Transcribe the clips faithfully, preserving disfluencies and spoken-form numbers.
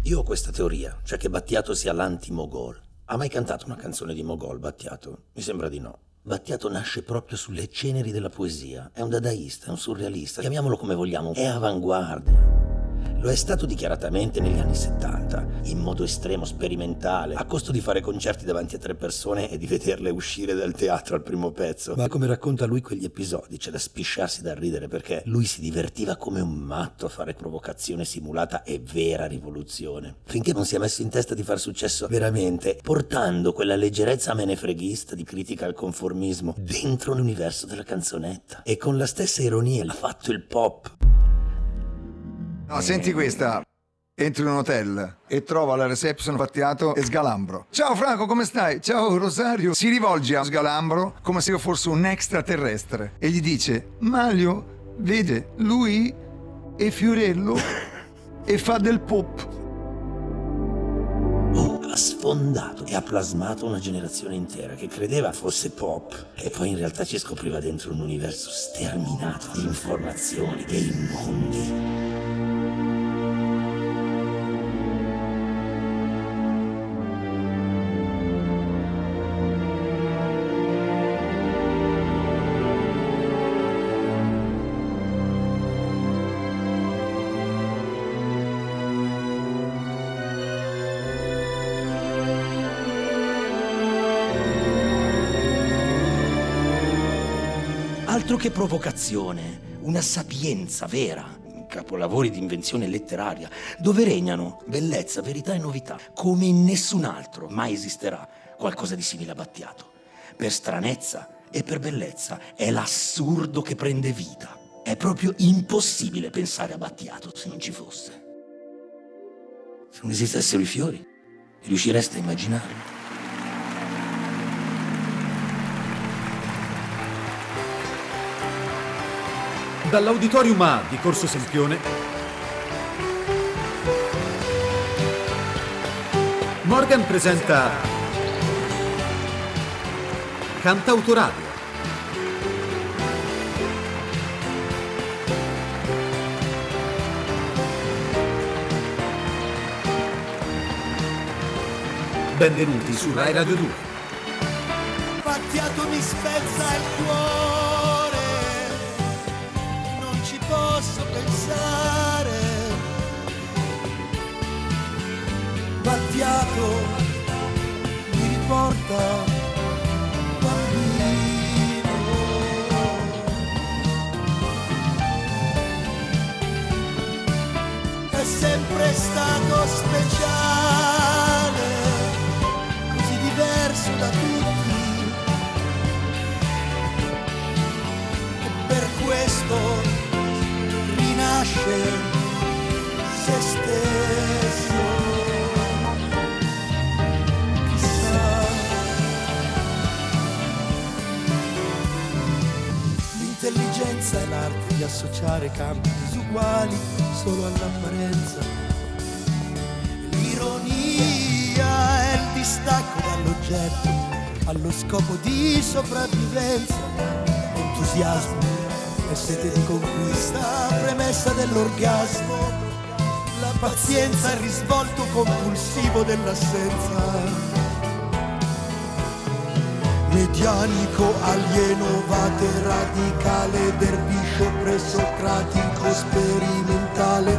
Io ho questa teoria, cioè che Battiato sia l'anti-Mogol. Ha mai cantato una canzone di Mogol, Battiato? Mi sembra di no. Battiato nasce proprio sulle ceneri della poesia. È un dadaista, è un surrealista, chiamiamolo come vogliamo, è avanguardia. Lo è stato dichiaratamente negli anni settanta, in modo estremo, sperimentale, a costo di fare concerti davanti a tre persone e di vederle uscire dal teatro al primo pezzo. Ma come racconta lui quegli episodi, c'è da spisciarsi dal ridere, perché lui si divertiva come un matto a fare provocazione simulata e vera rivoluzione, finché non si è messo in testa di far successo veramente, portando quella leggerezza menefreghista di critica al conformismo dentro l'universo della canzonetta. E con la stessa ironia ha fatto il pop. No, senti questa. Entro in un hotel e trovo alla reception Battiato e Sgalambro. Ciao Franco, come stai? Ciao Rosario. Si rivolge a Sgalambro come se io fossi un extraterrestre e gli dice: Maglio, vede, lui è Fiorello e fa del pop. Oh, ha sfondato e ha plasmato una generazione intera che credeva fosse pop e poi in realtà ci scopriva dentro un universo sterminato di informazioni e immondi. Altro che provocazione, una sapienza vera, capolavori di invenzione letteraria, dove regnano bellezza, verità e novità, come in nessun altro mai esisterà qualcosa di simile a Battiato. Per stranezza e per bellezza è l'assurdo che prende vita. È proprio impossibile pensare a Battiato se non ci fosse. Se non esistessero i fiori, riuscireste a immaginarlo? Dall'Auditorium A di Corso Sempione, Morgan presenta Cantautoradio. Benvenuti su Rai Radio due. Battiato mi spezza il cuore, non ci posso pensare. Battiato mi riporta bambino. È sempre stato speciale, così diverso da tutti, e per questo rinasce se stesso. Chissà, l'intelligenza è l'arte di associare campi disuguali solo all'apparenza. L'ironia è il distacco dall'oggetto allo scopo di sopravvivenza. Entusiasmo e sete di conquista, premessa dell'orgasmo. La pazienza è il risvolto compulsivo dell'assenza. Medianico, alieno, vate, radicale, derviscio, presocratico, sperimentale.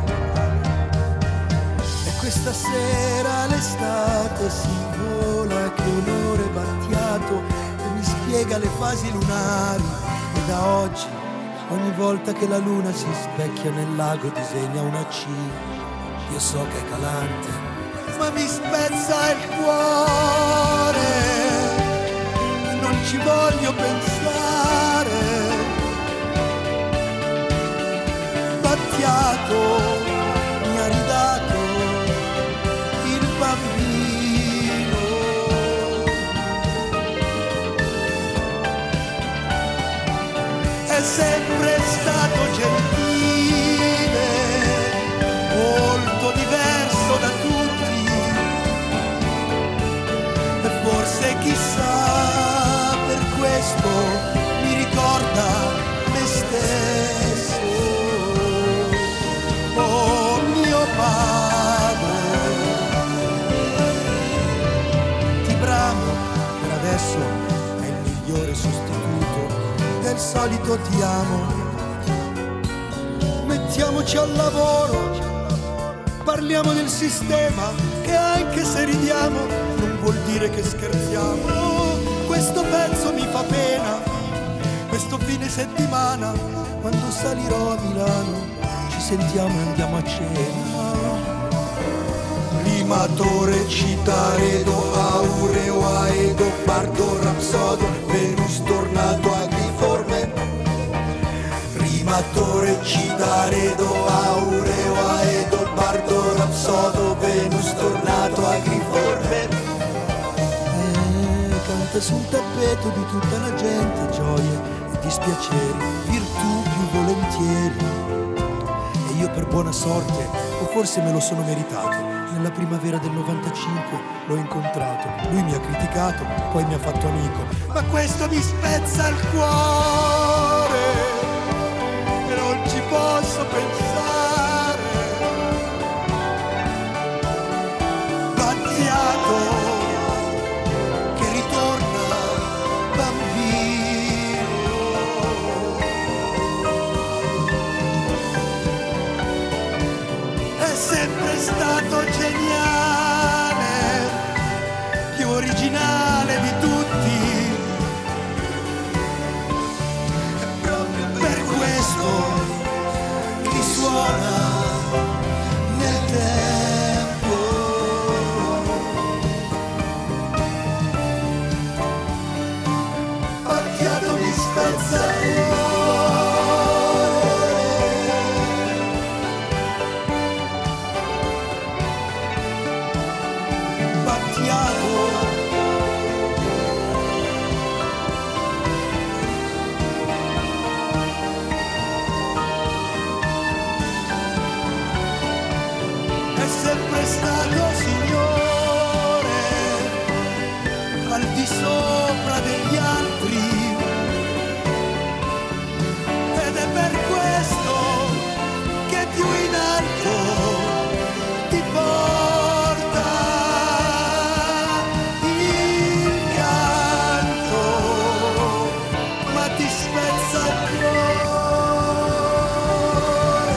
E questa sera l'estate si vola, che onore Battiato, e mi spiega le fasi lunari. E da oggi, ogni volta che la luna si specchia nel lago, disegna una C. Io so che è calante, ma mi spezza il cuore. Non ci voglio pensare. Battiato mi ha ridato il bambino. È sempre stato gentile, molto diverso da tutti, e forse chissà questo mi ricorda me stesso. Oh, detto ti amo. Mettiamoci al lavoro, parliamo del sistema, che anche se ridiamo non vuol dire che scherziamo. Questo pezzo mi fa pena, questo fine settimana, quando salirò a Milano ci sentiamo e andiamo a cena. Rimatore, citaredo, aureo, aedo, pardo, rapsodo, Venus tornato agriforme. Rimatore, citaredo, aureo, aedo, pardo, rapsodo, Venus tornato agriforme. Eh, canta sul tappeto di tutta la gente gioie e dispiaceri, virtù più volentieri. E io per buona sorte, o forse me lo sono meritato, nella primavera del novantacinque l'ho incontrato, lui mi ha criticato, poi mi ha fatto amico, ma questo mi spezza il cuore e non ci posso pensare. Battiato che ritorna bambino, è sempre stato geniale, più originale di tutti. Per questo risuona nel tempo. Battiato mi spezza il sopra degli altri, ed è per questo che più in alto ti porta il canto, ma ti spezza il cuore.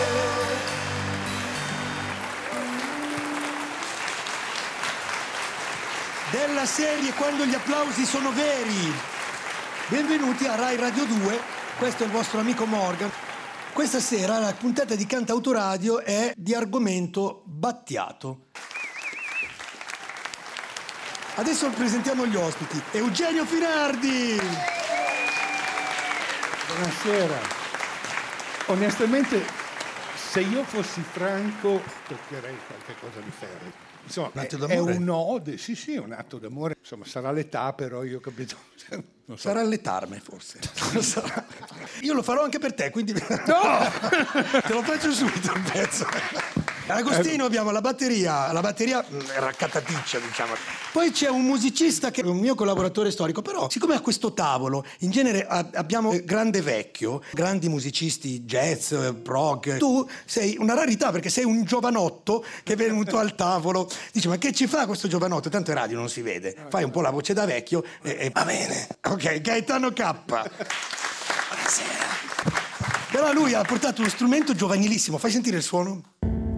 Della serie Quando gli applausi sono veri. Benvenuti a Rai Radio due, questo è il vostro amico Morgan. Questa sera la puntata di Cantautoradio è di argomento Battiato. Adesso presentiamo gli ospiti. Eugenio Finardi. Buonasera. Onestamente, se io fossi franco, toccherei qualche cosa di ferro. Insomma, un atto è, è d'amore? un ode, sì sì, è un atto d'amore. Insomma, sarà l'età, però io ho capito. Non so. Sarà l'etarme, forse. Sarà. Io lo farò anche per te, quindi no! Te lo faccio subito il pezzo. Agostino abbiamo la batteria, la batteria raccataticcia, diciamo. Poi c'è un musicista che è un mio collaboratore storico, però siccome a questo tavolo in genere abbiamo grande vecchio, grandi musicisti jazz, prog, tu sei una rarità perché sei un giovanotto che è venuto al tavolo. Dici, ma che ci fa questo giovanotto? Tanto in radio non si vede. Fai un po' la voce da vecchio e, e va bene. Ok, Gaetano K. Buonasera. Però lui ha portato uno strumento giovanilissimo. Fai sentire il suono.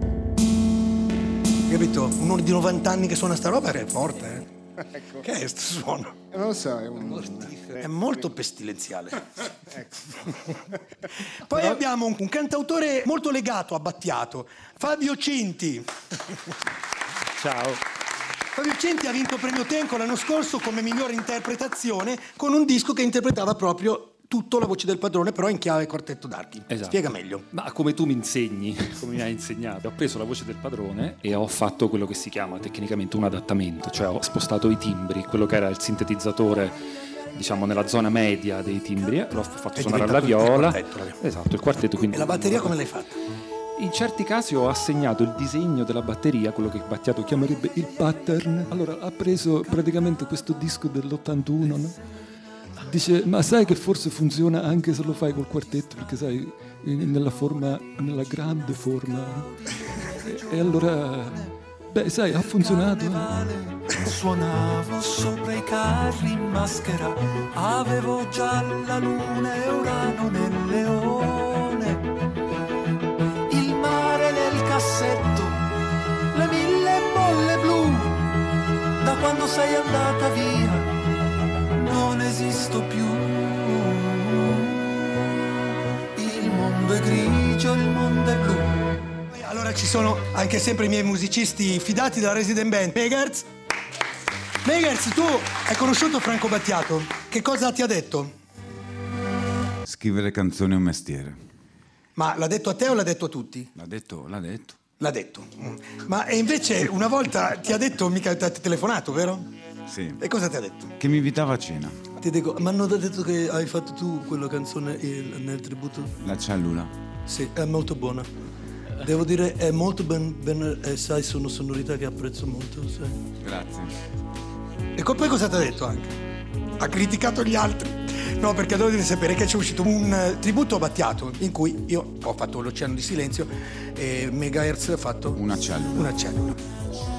Capito? Uno di novanta anni che suona sta roba è forte, eh? Ecco. Che è sto suono? Non lo so, è un... È molto pestilenziale. Ecco. Poi Però... abbiamo un, un cantautore molto legato a Battiato, Fabio Cinti. Ciao. Fabio Cinti ha vinto il premio Tenco l'anno scorso come migliore interpretazione con un disco che interpretava proprio tutto La voce del padrone, però in chiave quartetto d'archi. Esatto. Spiega meglio. Ma come tu mi insegni, come mi hai insegnato, ho preso La voce del padrone e ho fatto quello che si chiama tecnicamente un adattamento, cioè ho spostato i timbri, quello che era il sintetizzatore, diciamo nella zona media dei timbri, l'ho fatto È suonare alla viola. Il quartetto, esatto, il quartetto. Quindi e la batteria come l'hai fatta? In certi casi ho assegnato il disegno della batteria, quello che Battiato chiamerebbe il pattern. Allora ha preso praticamente questo disco dell'ottantuno, no? Dice, ma sai che forse funziona anche se lo fai col quartetto, perché sai, nella forma, nella grande forma. E, e allora Beh, sai, ha funzionato. Eh. Suonavo sopra i carri in maschera, avevo già la luna e Urano nel leone, il mare nel cassetto, le mille bolle blu. Da quando sei andata via non esisto più. Il mondo è grigio, il mondo è blu. Allora ci sono anche sempre i miei musicisti fidati della Resident Band. Megahertz. Megahertz, tu hai conosciuto Franco Battiato? Che cosa ti ha detto? Scrivere canzoni è un mestiere. Ma l'ha detto a te o l'ha detto a tutti? L'ha detto, l'ha detto. L'ha detto. Ma e invece una volta ti ha detto, mica ti ha telefonato, vero? Sì. E cosa ti ha detto? Che mi invitava a cena. Ti dico, ma hanno detto che hai fatto tu quella canzone il- nel tributo? La cellula. Sì, è molto buona. Devo dire, è molto ben, ben e sai, sono sonorità che apprezzo molto, sai. Grazie. E poi cosa ti ha detto anche? Ha criticato gli altri. No, perché dovete sapere che c'è uscito un uh, tributo a Battiato in cui io ho fatto l'Oceano di Silenzio e Megahertz ha fatto Una cellula. Una cellula.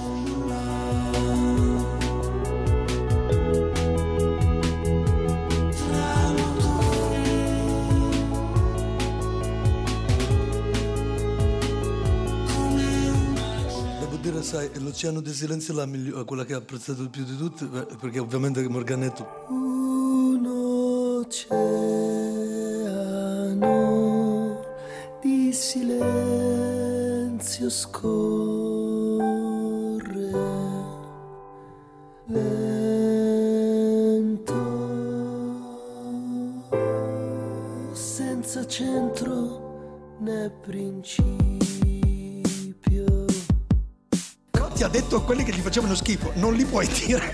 Sai, l'Oceano del Silenzio è la migliore, quella che ha apprezzato più di tutte, perché ovviamente Morganetto. Un oceano di silenzio scorre lento, senza centro né principio. Ti ha detto quelli che gli facevano schifo, non li puoi dire.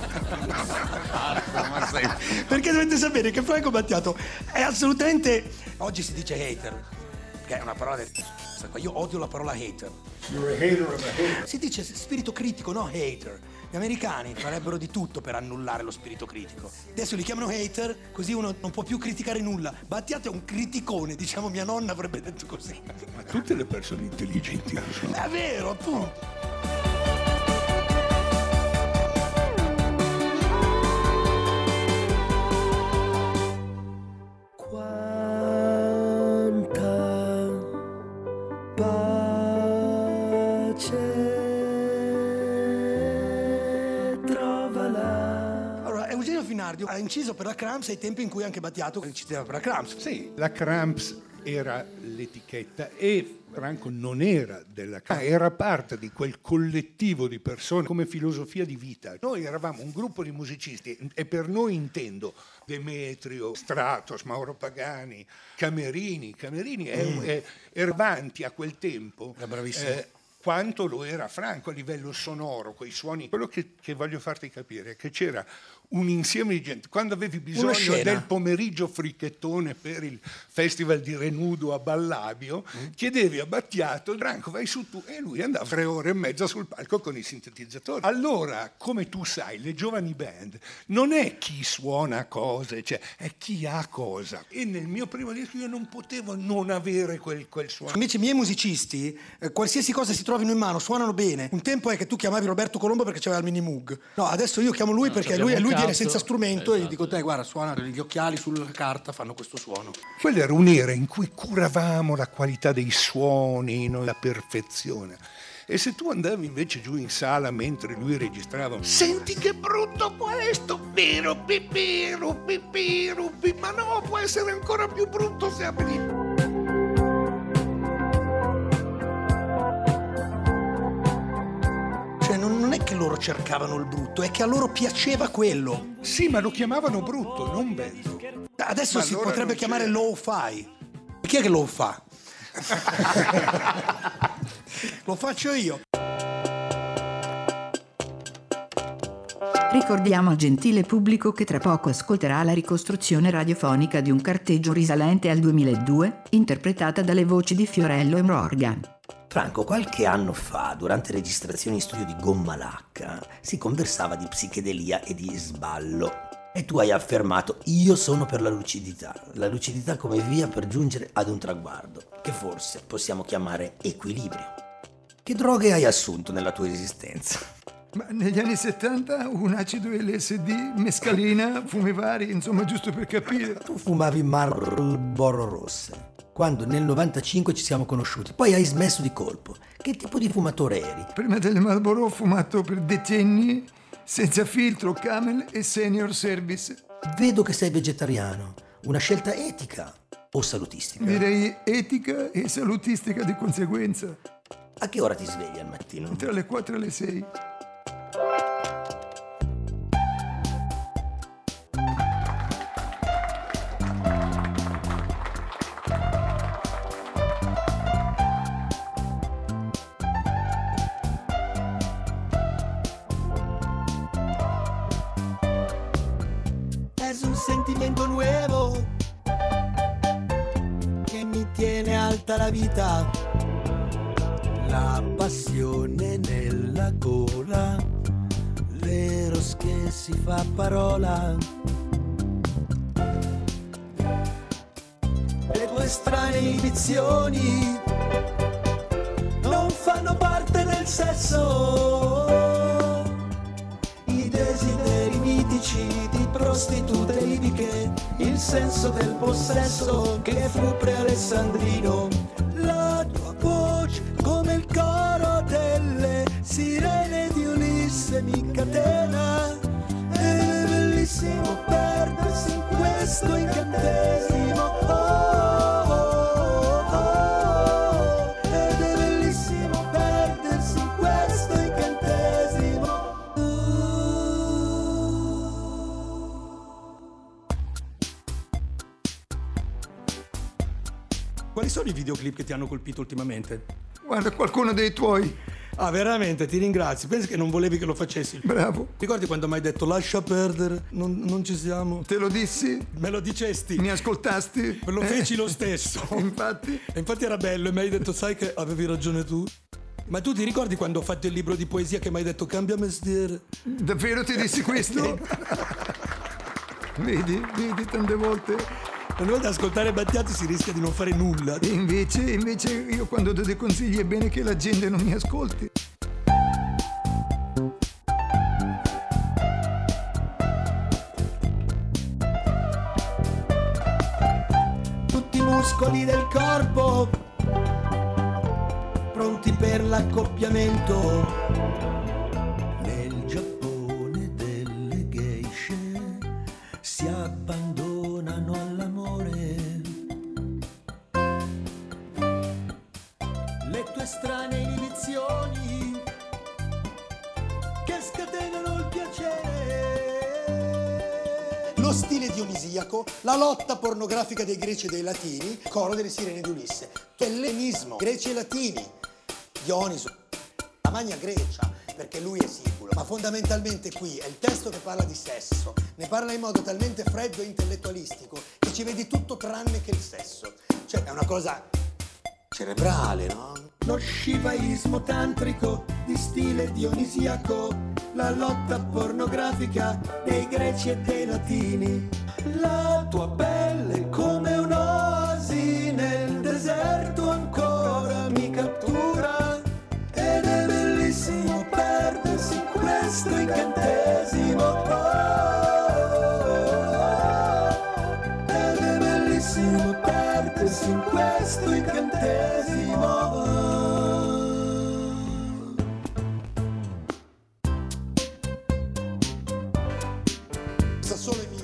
Perché dovete sapere che Franco Battiato è assolutamente, oggi si dice hater, che è una parola del... Io odio la parola hater. You're a hater of a hater. Si dice spirito critico, no hater. Gli americani farebbero di tutto per annullare lo spirito critico. Adesso li chiamano hater, così uno non può più criticare nulla. Battiato è un criticone, diciamo, mia nonna avrebbe detto così. Ma tutte le persone intelligenti lo sono. È vero, appunto. Ha inciso per la Cramps ai tempi in cui anche Battiato incideva per la Cramps. Sì, la Cramps era l'etichetta e Franco non era della Cramps, era parte di quel collettivo di persone come filosofia di vita. Noi eravamo un gruppo di musicisti e per noi intendo Demetrio, Stratos, Mauro Pagani, Camerini. Camerini è, mm. è, era avanti a quel tempo. Era bravissimo. Eh, quanto lo era Franco a livello sonoro, quei suoni. Quello che, che voglio farti capire è che c'era un insieme di gente. Quando avevi bisogno del pomeriggio fricchettone per il festival di Renudo a Ballabio, mm. chiedevi a Battiato, Franco vai su tu, e lui andava tre ore e mezza sul palco con i sintetizzatori. Allora, come tu sai, le giovani band non è chi suona cose, cioè è chi ha cosa. E nel mio primo disco io non potevo non avere quel, quel suono. Invece i miei musicisti, eh, qualsiasi cosa si trovino in mano, suonano bene. Un tempo è che tu chiamavi Roberto Colombo perché c'aveva il mini Moog. No, adesso io chiamo lui no, perché lui, lui viene senza strumento, esatto. E gli dico, te guarda, suona, gli occhiali sulla carta fanno questo suono. Quella era un'era in cui curavamo la qualità dei suoni, no? La perfezione. E se tu andavi invece giù in sala mentre lui registrava, senti che brutto questo, piru pipiru pipiru pipiru, ma no, può essere ancora più brutto se apri. Non è che loro cercavano il brutto, è che a loro piaceva quello. Sì, ma lo chiamavano brutto, non bello. Adesso ma si allora chiamare lo-fi. Chi è che lo fa? Lo faccio io. Ricordiamo al gentile pubblico che tra poco ascolterà la ricostruzione radiofonica di un carteggio risalente al duemiladue, interpretata dalle voci di Fiorello e Morgan. Franco, qualche anno fa, durante registrazioni in studio di Gomma Lacca, si conversava di psichedelia e di sballo. E tu hai affermato, io sono per la lucidità. La lucidità come via per giungere ad un traguardo, che forse possiamo chiamare equilibrio. Che droghe hai assunto nella tua esistenza? Ma negli anni settanta un acido L S D, mescalina, fumi vari, insomma, giusto per capire. Tu fumavi Marlboro rosse, quando nel novantacinque ci siamo conosciuti. Poi hai smesso di colpo. Che tipo di fumatore eri? Prima delle Marlboro ho fumato per decenni, senza filtro, Camel e Senior Service. Vedo che sei vegetariano. Una scelta etica o salutistica? Direi etica e salutistica di conseguenza. A che ora ti svegli al mattino? Tra le quattro e le sei. Es un sentimento nuevo che mi tiene alta la vita. La passione nella gola, l'eros che si fa parola. Le tue strane inibizioni non fanno parte del sesso. I desideri mitici di prostitute libiche, il senso del possesso che fu prealessandrino. La tua voce come il coro delle sirene di Ulisse mi catena. Ed è bellissimo perdersi in questo incantesimo. Oh, oh, oh, oh. Ed è bellissimo perdersi in questo incantesimo. Quali sono i videoclip che ti hanno colpito ultimamente? Guarda, qualcuno dei tuoi. Ah, veramente? Ti ringrazio. Pensi che non volevi che lo facessi? Bravo. Ricordi quando mi hai detto lascia perdere, non, non ci siamo? Te lo dissi? Me lo dicesti. Mi ascoltasti? Me lo feci lo stesso. Infatti. E infatti era bello e mi hai detto sai che avevi ragione tu? Ma tu ti ricordi quando ho fatto il libro di poesia che mi hai detto cambia mestiere? Davvero ti dissi questo? Vedi, vedi tante volte. Quando volte ascoltare Battiato si rischia di non fare nulla. E invece, invece io quando do dei consigli è bene che la gente non mi ascolti. Tutti i muscoli del corpo pronti per l'accoppiamento. Nel Giappone delle geishe si abbandonano all'amore. Le tue strane inibizioni che scatenano il piacere. Lo stile dionisiaco, la lotta pornografica dei greci e dei latini, coro delle sirene di Ulisse, ellenismo, greci e latini, Dioniso, la Magna Grecia, perché lui è siculo, ma fondamentalmente qui è il testo che parla di sesso, ne parla in modo talmente freddo e intellettualistico che ci vedi tutto tranne che il sesso, cioè è una cosa cerebrale, no? Lo shivaismo tantrico di stile dionisiaco, la lotta pornografica dei greci e dei latini, la tua pelle come un'oasi nel deserto ancora mi cattura, ed è bellissimo perdersi in questo incantesimo. Oh, ed è bellissimo perdersi in questo incantesimo. Sta solo i miti.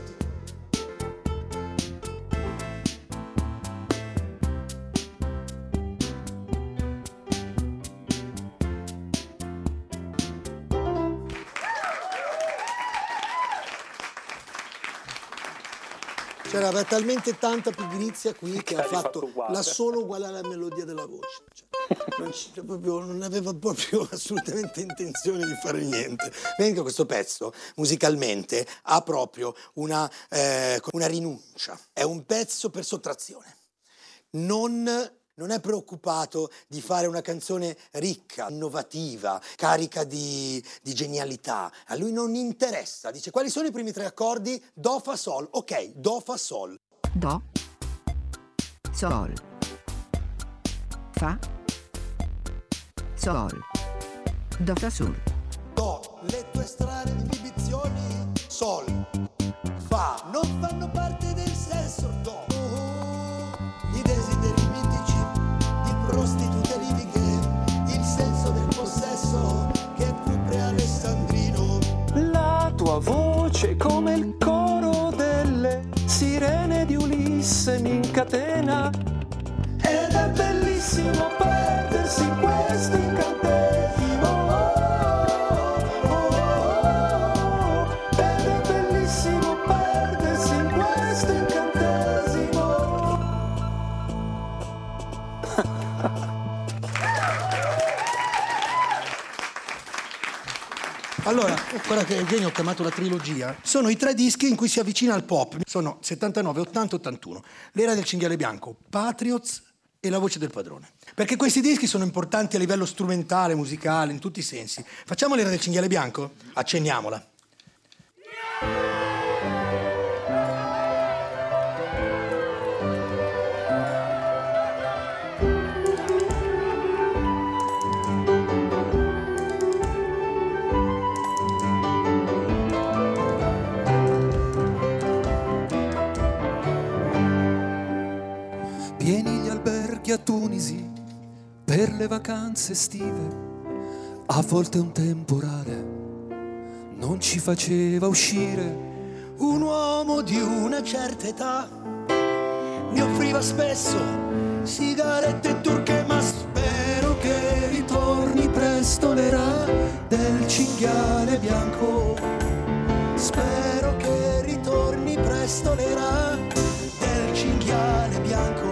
C'era talmente tanta pigrizia qui che ha fatto la sola uguale alla melodia della voce. Cioè, non, ci, cioè, proprio, non aveva proprio assolutamente intenzione di fare niente. Vedi che questo pezzo musicalmente ha proprio una, eh, una rinuncia. È un pezzo per sottrazione. Non... Non è preoccupato di fare una canzone ricca, innovativa, carica di, di genialità. A lui non interessa. Dice, quali sono i primi tre accordi? Do, fa, sol. Ok, do, fa, sol. Do, sol, fa, sol. Sol. Do fa Sol. Do, le tue strane inibizioni. Sol, fa, non fanno parte del sesso. Do, i desideri mitici di prostitute liviche, il senso del possesso che è più prealessandrino. La tua voce come il coro delle sirene di Ulisse mi incatena ed è bellissimo perdersi in questo incantesimo. Oh, oh, oh, oh, ed è bellissimo perdersi in questo incantesimo. Allora, quella che Eugenio ho chiamato la trilogia sono i tre dischi in cui si avvicina al pop. Sono settantanove, ottanta, ottantuno. L'era del cinghiale bianco, Patriots e La voce del padrone. Perché questi dischi sono importanti a livello strumentale, musicale, in tutti i sensi. Facciamo l'era del cinghiale bianco? Accenniamola. Pieni gli alberghi a Tunisi per le vacanze estive, a volte un temporale non ci faceva uscire. Un uomo di una certa età mi offriva spesso sigarette turche, ma spero che ritorni presto l'era del cinghiale bianco. Spero che ritorni presto l'era del cinghiale bianco.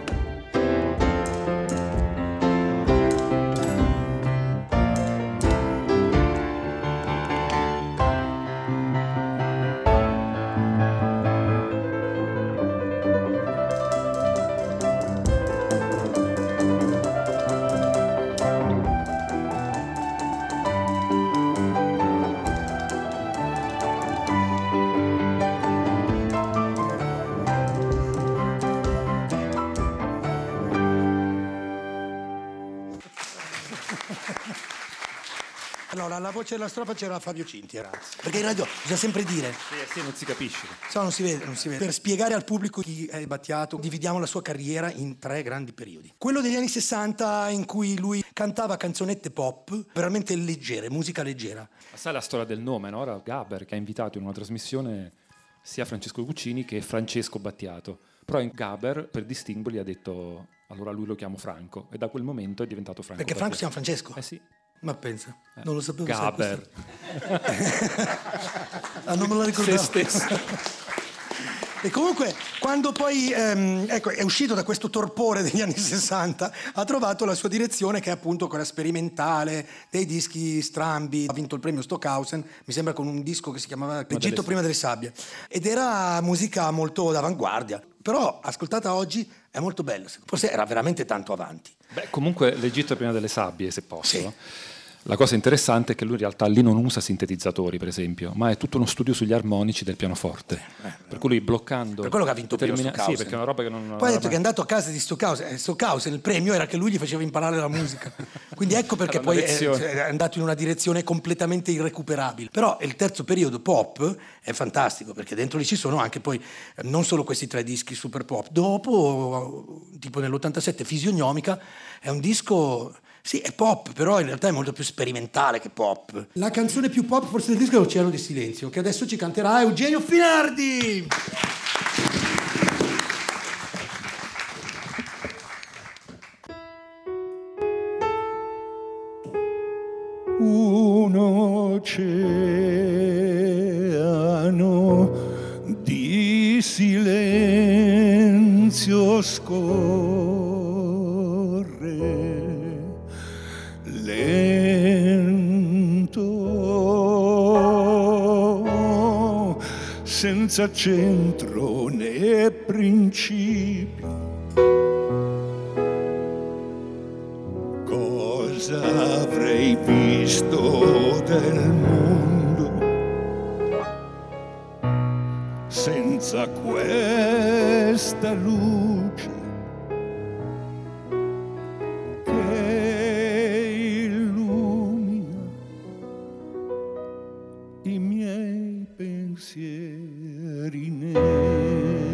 Allora, alla voce della strofa c'era Fabio Cinti, perché in radio bisogna sempre dire. Sì, sì, non si capisce. So, non si vede, non si vede. Per spiegare al pubblico chi è Battiato, dividiamo la sua carriera in tre grandi periodi. Quello degli anni sessanta, in cui lui cantava canzonette pop, veramente leggere, musica leggera. Ma sai la storia del nome, no? Era Gaber che ha invitato in una trasmissione sia Francesco Guccini che Francesco Battiato. Però in Gaber, per distinguerli, ha detto allora lui lo chiamo Franco, e da quel momento è diventato Franco. Perché Franco si chiama Francesco? Eh sì. Ma pensa, non lo sapevo. Gaber. Ah, non me lo ricordavo. Se stesso. E comunque, quando poi ehm, ecco, è uscito da questo torpore degli anni sessanta, ha trovato la sua direzione, che è appunto quella sperimentale, dei dischi strambi. Ha vinto il premio Stockhausen, mi sembra, con un disco che si chiamava L'Egitto prima delle sabbie. Ed era musica molto d'avanguardia. Però, ascoltata oggi, è molto bella. Forse era veramente tanto avanti. Beh, comunque L'Egitto prima delle sabbie, se posso. Sì. La cosa interessante è che lui in realtà lì non usa sintetizzatori, per esempio, ma è tutto uno studio sugli armonici del pianoforte. Eh, per cui lui bloccando... Per quello che ha vinto determina- Stockhausen. Sì, perché è una roba che non... Poi ha detto che è andato a casa di Stockhausen. Stockhausen, il premio era che lui gli faceva imparare la musica. Quindi ecco perché poi è, è andato in una direzione completamente irrecuperabile. Però il terzo periodo pop è fantastico, perché dentro lì ci sono anche poi non solo questi tre dischi super pop. Dopo, tipo nell'ottantasette, Fisionomica è un disco... Sì, è pop, però in realtà è molto più sperimentale che pop. La canzone più pop forse del disco è Oceano di Silenzio, che adesso ci canterà Eugenio Finardi. Un oceano di silenzio scorre lento, senza centro né principio. Cosa avrei visto del mondo senza questa luce che pensieri neri.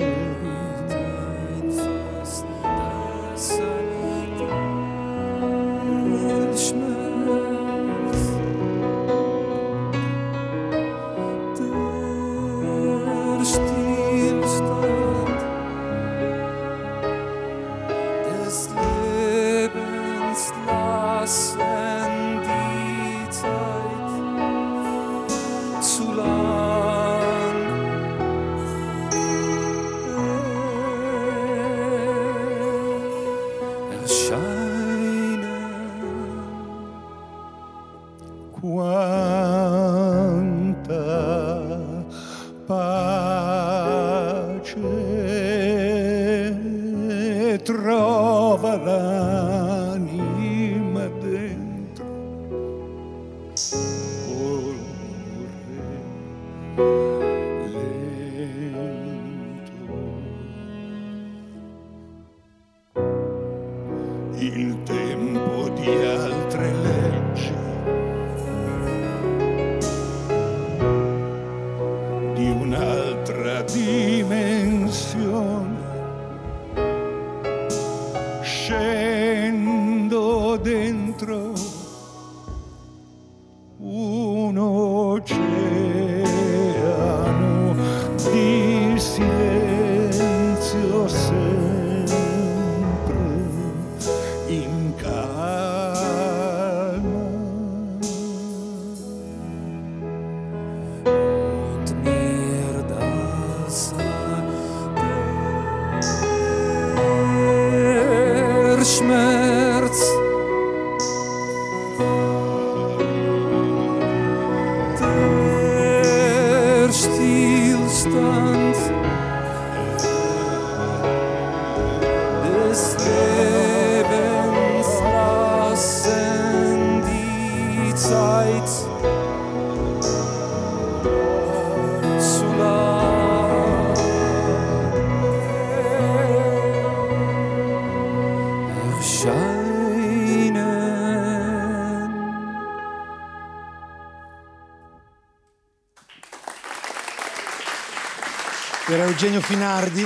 Era Eugenio Finardi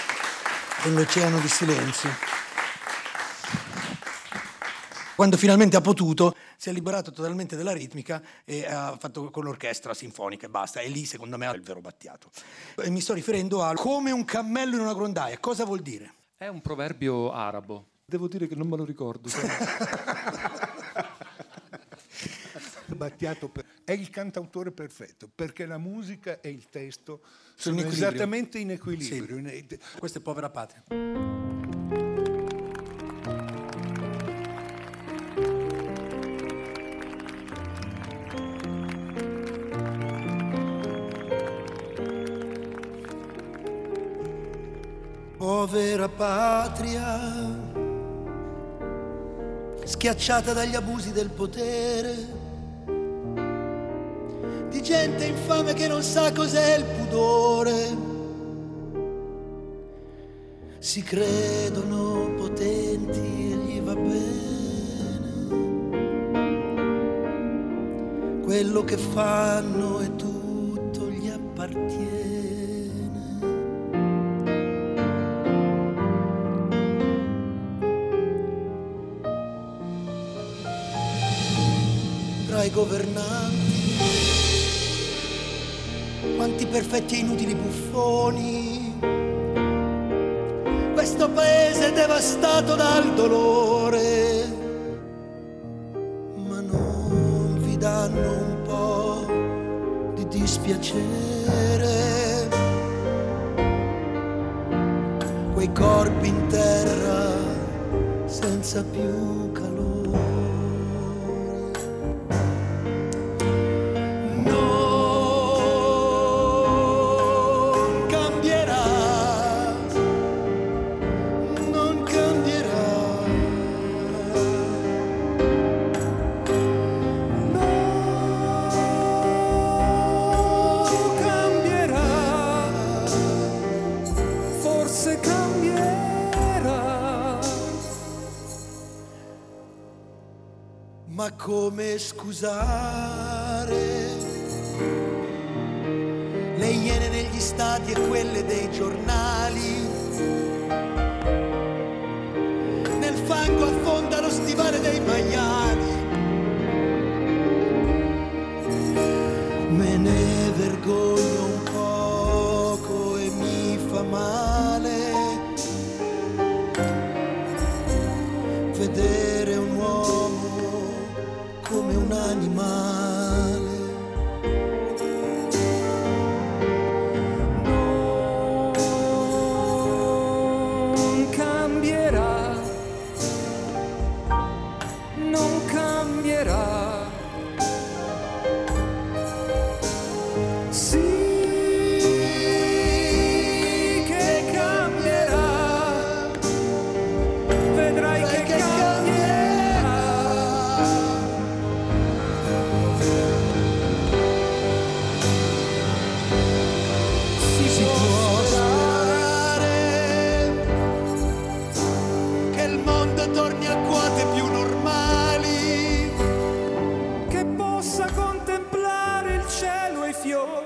con l'Oceano di Silenzio. Quando finalmente ha potuto, si è liberato totalmente della ritmica e ha fatto con l'orchestra sinfonica e basta. E lì, secondo me, è il vero Battiato. E mi sto riferendo a come un cammello in una grondaia. Cosa vuol dire? È un proverbio arabo. Devo dire che non me lo ricordo. Battiato è il cantautore perfetto, perché la musica e il testo sono, sono in esattamente in equilibrio. Sì. Questa è Povera Patria. Povera patria, schiacciata dagli abusi del potere, di gente infame che non sa cos'è il pudore, si credono potenti e gli va bene, quello che fanno e tutto gli appartiene. Tra i governanti, quanti perfetti e inutili buffoni, questo paese è devastato dal dolore, ma non vi danno un po' di dispiacere quei corpi in terra senza più calore. Ma come scusare le iene negli stadi e quelle dei giornali. Nel fango affonda lo stivale dei maiali. Me ne vergogno un poco e mi fa male vedere un uomo come un animale. Non cambierà, non cambierà. Sì che cambierà, vedrai che cambierà. Si, si può sperare che il mondo torni a quote più normali, che possa contemplare il cielo e i fiori.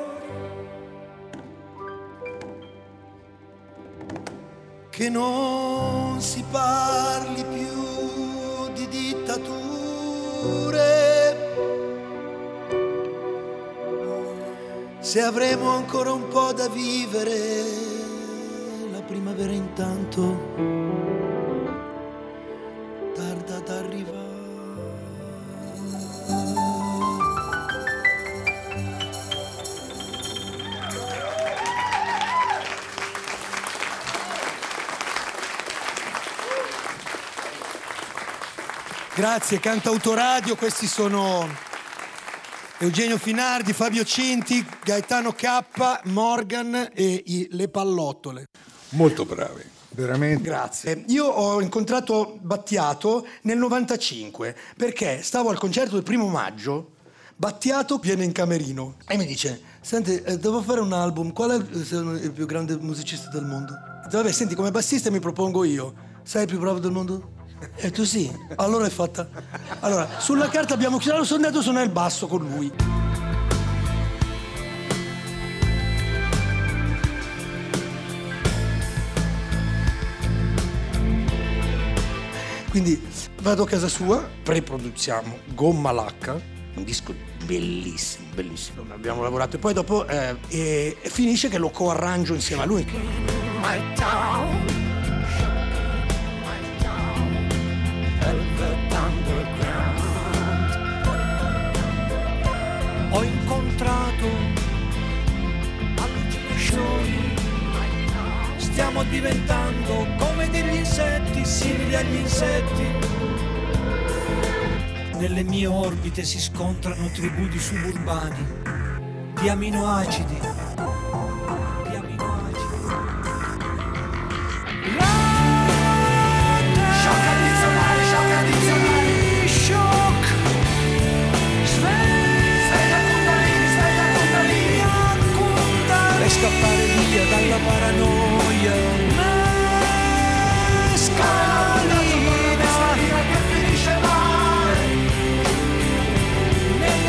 che non si parli più di dittature. Se avremo ancora un po' da vivere, la primavera intanto tarda ad arrivare. Grazie, Cantautoradio, questi sono Eugenio Finardi, Fabio Cinti, Gaetano K, Morgan e i, le Pallottole. Molto bravi, veramente. Grazie. Io ho incontrato Battiato nel novantacinque perché stavo al concerto del primo maggio. Battiato viene in camerino e mi dice: senti, eh, devo fare un album, qual è il, il più grande musicista del mondo? Dico, vabbè, senti, come bassista mi propongo io. Sei il più bravo del mondo? E tu sì, allora è fatta. Allora, sulla carta abbiamo chiuso, sono andato a suonare il basso con lui. Quindi vado a casa sua, preproduziamo Gomma Lacca, un disco bellissimo, bellissimo. Abbiamo lavorato e poi dopo eh, e, e finisce che lo coarrangio insieme a lui. Ho incontrato allucinazioni, stiamo diventando come degli insetti, simili agli insetti. Nelle mie orbite si scontrano tribù di suburbani, di aminoacidi, di aminoacidi. Shock addizionale, shock addizionale, shock. Scappare via dalla paranoia, mescalina che finisce male nel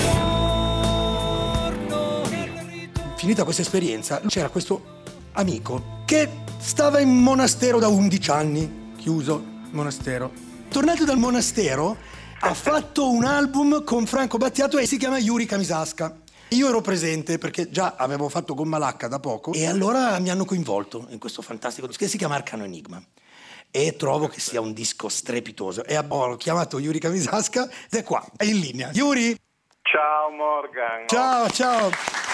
ritorno, nel ritorno. Finita questa esperienza c'era questo amico che stava in monastero da undici anni, chiuso in monastero. Tornato dal monastero ha fatto un album con Franco Battiato e si chiama Yuri Kamisasca. Io ero presente perché già avevo fatto Gomma Lacca da poco e allora mi hanno coinvolto in questo fantastico disco che si chiama Arcano Enigma e trovo che sia un disco strepitoso e ho chiamato Yuri Kamisasca ed è qua, è in linea. Yuri! Ciao Morgan! Ciao, ciao!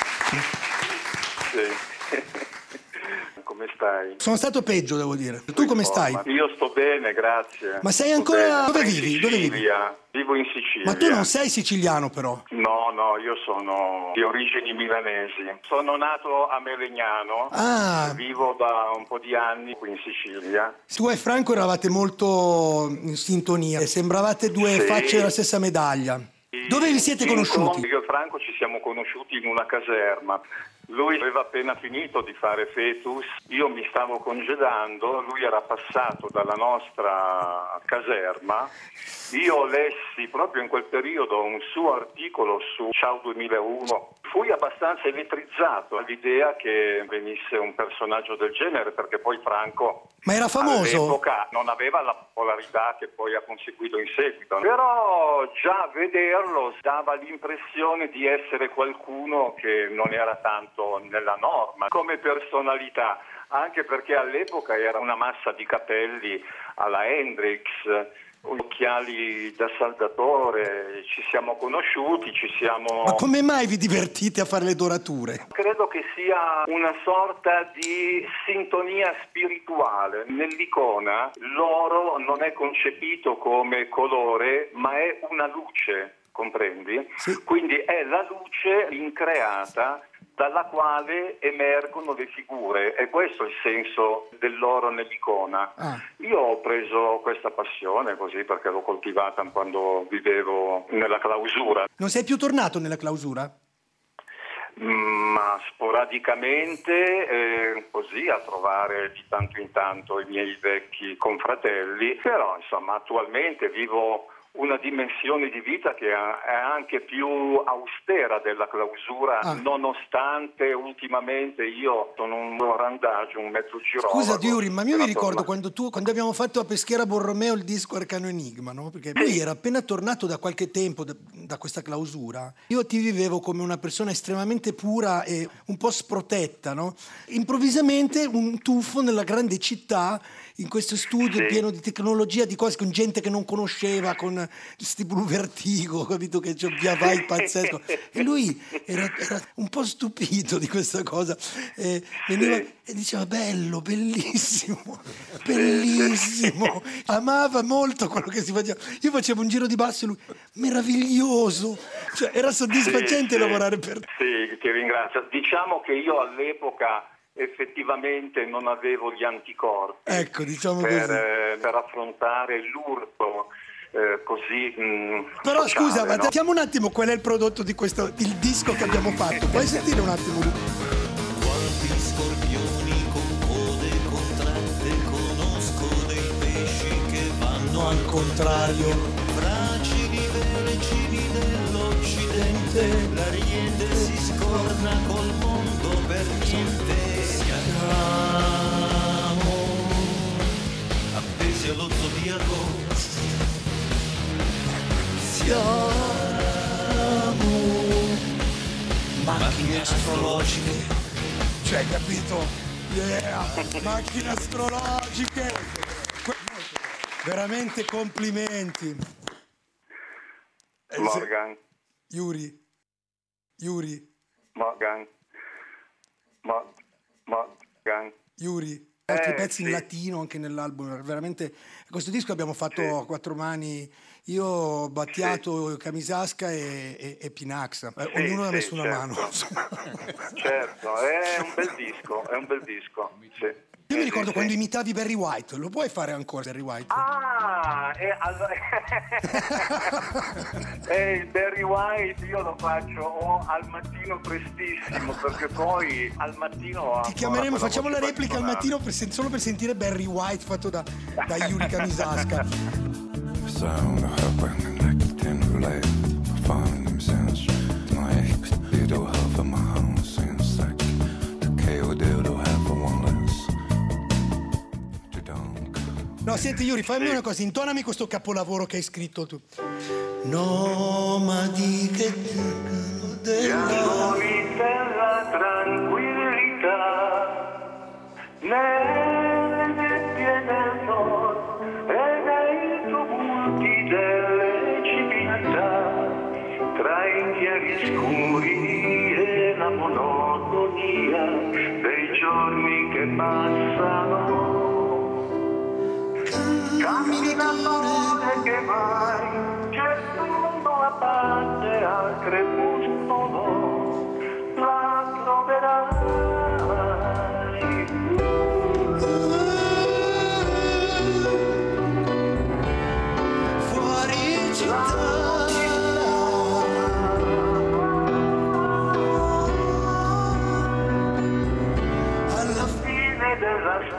Sì. Come stai? Sono stato peggio, devo dire. Tu come stai? Io sto bene, grazie. Ma sei sto ancora... bene. Dove in vivi? Dove vivi? Vivo in Sicilia. Ma tu non sei siciliano però? No, no, io sono di origini milanesi. Sono nato a Melegnano. Ah. Vivo da un po' di anni qui in Sicilia. Tu e Franco eravate molto in sintonia e sembravate due Sì. facce della stessa medaglia. Dove vi siete conosciuti? Io e Franco ci siamo conosciuti in una caserma. Lui aveva appena finito di fare Fetus, io mi stavo congedando, lui era passato dalla nostra caserma, io lessi proprio in quel periodo un suo articolo su Ciao duemilauno, fui abbastanza elettrizzato all'idea che venisse un personaggio del genere, perché poi Franco Ma era famoso? all'epoca non aveva la popolarità che poi ha conseguito in seguito, però già vederlo dava l'impressione di essere qualcuno che non era tanto nella norma come personalità, anche perché all'epoca era una massa di capelli alla Hendrix, occhiali da saldatore, ci siamo conosciuti, ci siamo... Ma come mai vi divertite a fare le dorature? Credo che sia una sorta di sintonia spirituale. Nell'icona l'oro non è concepito come colore, ma è una luce, comprendi? Sì. Quindi è la luce increata dalla quale emergono le figure, e questo è il senso dell'oro nell'icona. Ah. Io ho preso questa passione così perché l'ho coltivata quando vivevo nella clausura. Non sei più tornato nella clausura? Ma sporadicamente, eh, così a trovare di tanto in tanto i miei vecchi confratelli, però insomma attualmente vivo una dimensione di vita che è anche più austera della clausura, ah. nonostante ultimamente io sono un randagio, un mezzo girologo. Scusa Yuri, ma io mi ricordo torna... quando tu quando abbiamo fatto a Peschiera Borromeo il disco Arcano Enigma, no? Perché lui era appena tornato da qualche tempo da, da questa clausura. Io ti vivevo come una persona estremamente pura e un po' sprotetta, no? Improvvisamente un tuffo nella grande città, in questo studio sì. pieno di tecnologia, di cose, con gente che non conosceva, con sti Blue Vertigo, capito, che c'è via vai pazzesco, e lui era, era un po' stupito di questa cosa, e veniva sì. e diceva bello, bellissimo, bellissimo, amava molto quello che si faceva. Io facevo un giro di basso e lui meraviglioso, cioè era soddisfacente sì, lavorare per te. Sì, ti ringrazio. Diciamo che io all'epoca effettivamente non avevo gli anticorpi, ecco, diciamo per, così. Eh, per affrontare l'urto eh, così mh, però sociale, scusa, ma no? Sentiamo un attimo qual è il prodotto di questo, il disco che abbiamo fatto. Puoi sentire un attimo? Quanti scorpioni con code contratte conosco, dei pesci che vanno al contrario, fragili vergini dell'Occidente, l'Ariete si scorna col mondo per niente. Siamo appesi allo zodiaco, siamo macchine astrologiche, cioè, capito? Yeah, macchine astrologiche. Veramente complimenti. Morgan. Yuri. Yuri. Morgan. Mo- Morgan. Yuri. Altri eh, pezzi sì. in latino anche nell'album. Veramente. Questo disco abbiamo fatto sì. a quattro mani. Io, Battiato, sì. Camisasca e, e, e Pinax. Eh, sì, ognuno sì, ha messo una certo. mano. Certo, è un bel disco, è un bel disco, sì. Io mi ricordo quando imitavi Barry White, lo puoi fare ancora Barry White? Ah, e allora... e il Barry White io lo faccio o al mattino prestissimo, perché poi al mattino... Ti chiameremo, facciamo la replica al mattino per, solo per sentire Barry White fatto da, da Yuri Camisasca. Sound helping connect and relate. Find themselves to my ex. They do have a my house in sec. The K O do have a one less. No, senti Yuri, fammi una cosa, intonami questo capolavoro che hai scritto tu. Nomadi che della della tranquillità nelle nebbie del nord e nei tumulti delle civiltà, tra i chiari scuri e la monotonia dei giorni che passano. Camminatore che vai, cercando la pace al crepuscolo, la troverai. Fuori città.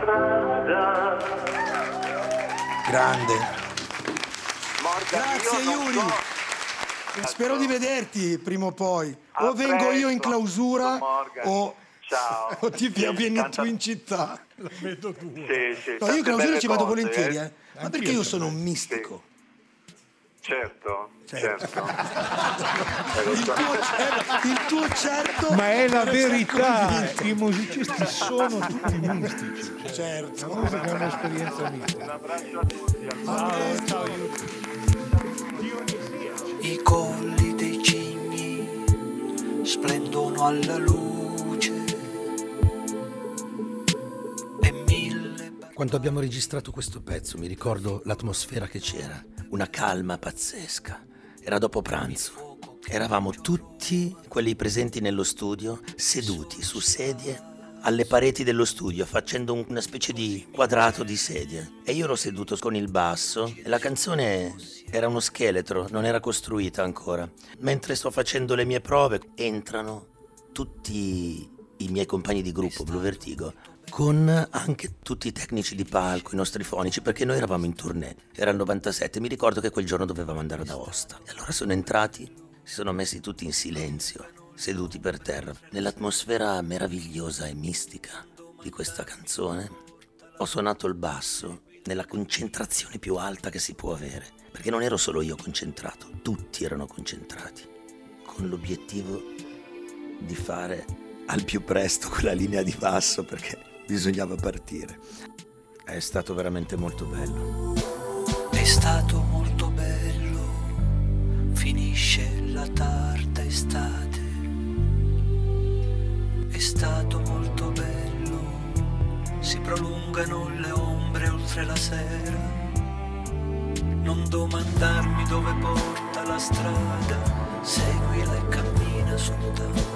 strada. Grande. Morgan, Grazie io non Yuri. so- Spero di vederti prima o poi. A O vengo io in presto, clausura Morgan. o, Ciao. o ti Sì, vieni tanta- tu in città. La vedo tu. Sì, sì, No, io tante in clausura belle ci vado cose, volentieri, eh. eh. Ma perché io sono un mistico. Certo, certo. Il tuo, cer- il tuo certo. Ma è la per essere verità, convinto. i musicisti sono tutti mistici. Certo. La musica è un'esperienza mistica. Un abbraccio a tutti. Ciao, ciao, Yuri. I colli dei cigni splendono alla luce e mille... Quando abbiamo registrato questo pezzo mi ricordo l'atmosfera che c'era, una calma pazzesca. Era dopo pranzo. Eravamo tutti quelli presenti nello studio seduti su sedie alle pareti dello studio facendo una specie di quadrato di sedie e io ero seduto con il basso e la canzone era uno scheletro, non era costruita ancora. Mentre sto facendo le mie prove entrano tutti i miei compagni di gruppo Blue Vertigo con anche tutti i tecnici di palco, i nostri fonici, perché noi eravamo in tournée. Era il novantasette, mi ricordo che quel giorno dovevamo andare ad Aosta. E allora sono entrati, si sono messi tutti in silenzio, seduti per terra. Nell'atmosfera meravigliosa e mistica di questa canzone, ho suonato il basso nella concentrazione più alta che si può avere, perché non ero solo io concentrato, tutti erano concentrati, con l'obiettivo di fare al più presto quella linea di basso, perché bisognava partire. È stato veramente molto bello. È stato molto bello, finisce la tarda estate. È stato molto bello, si prolungano le ombre oltre la sera. Non domandarmi dove porta la strada, seguila e cammina soltanto.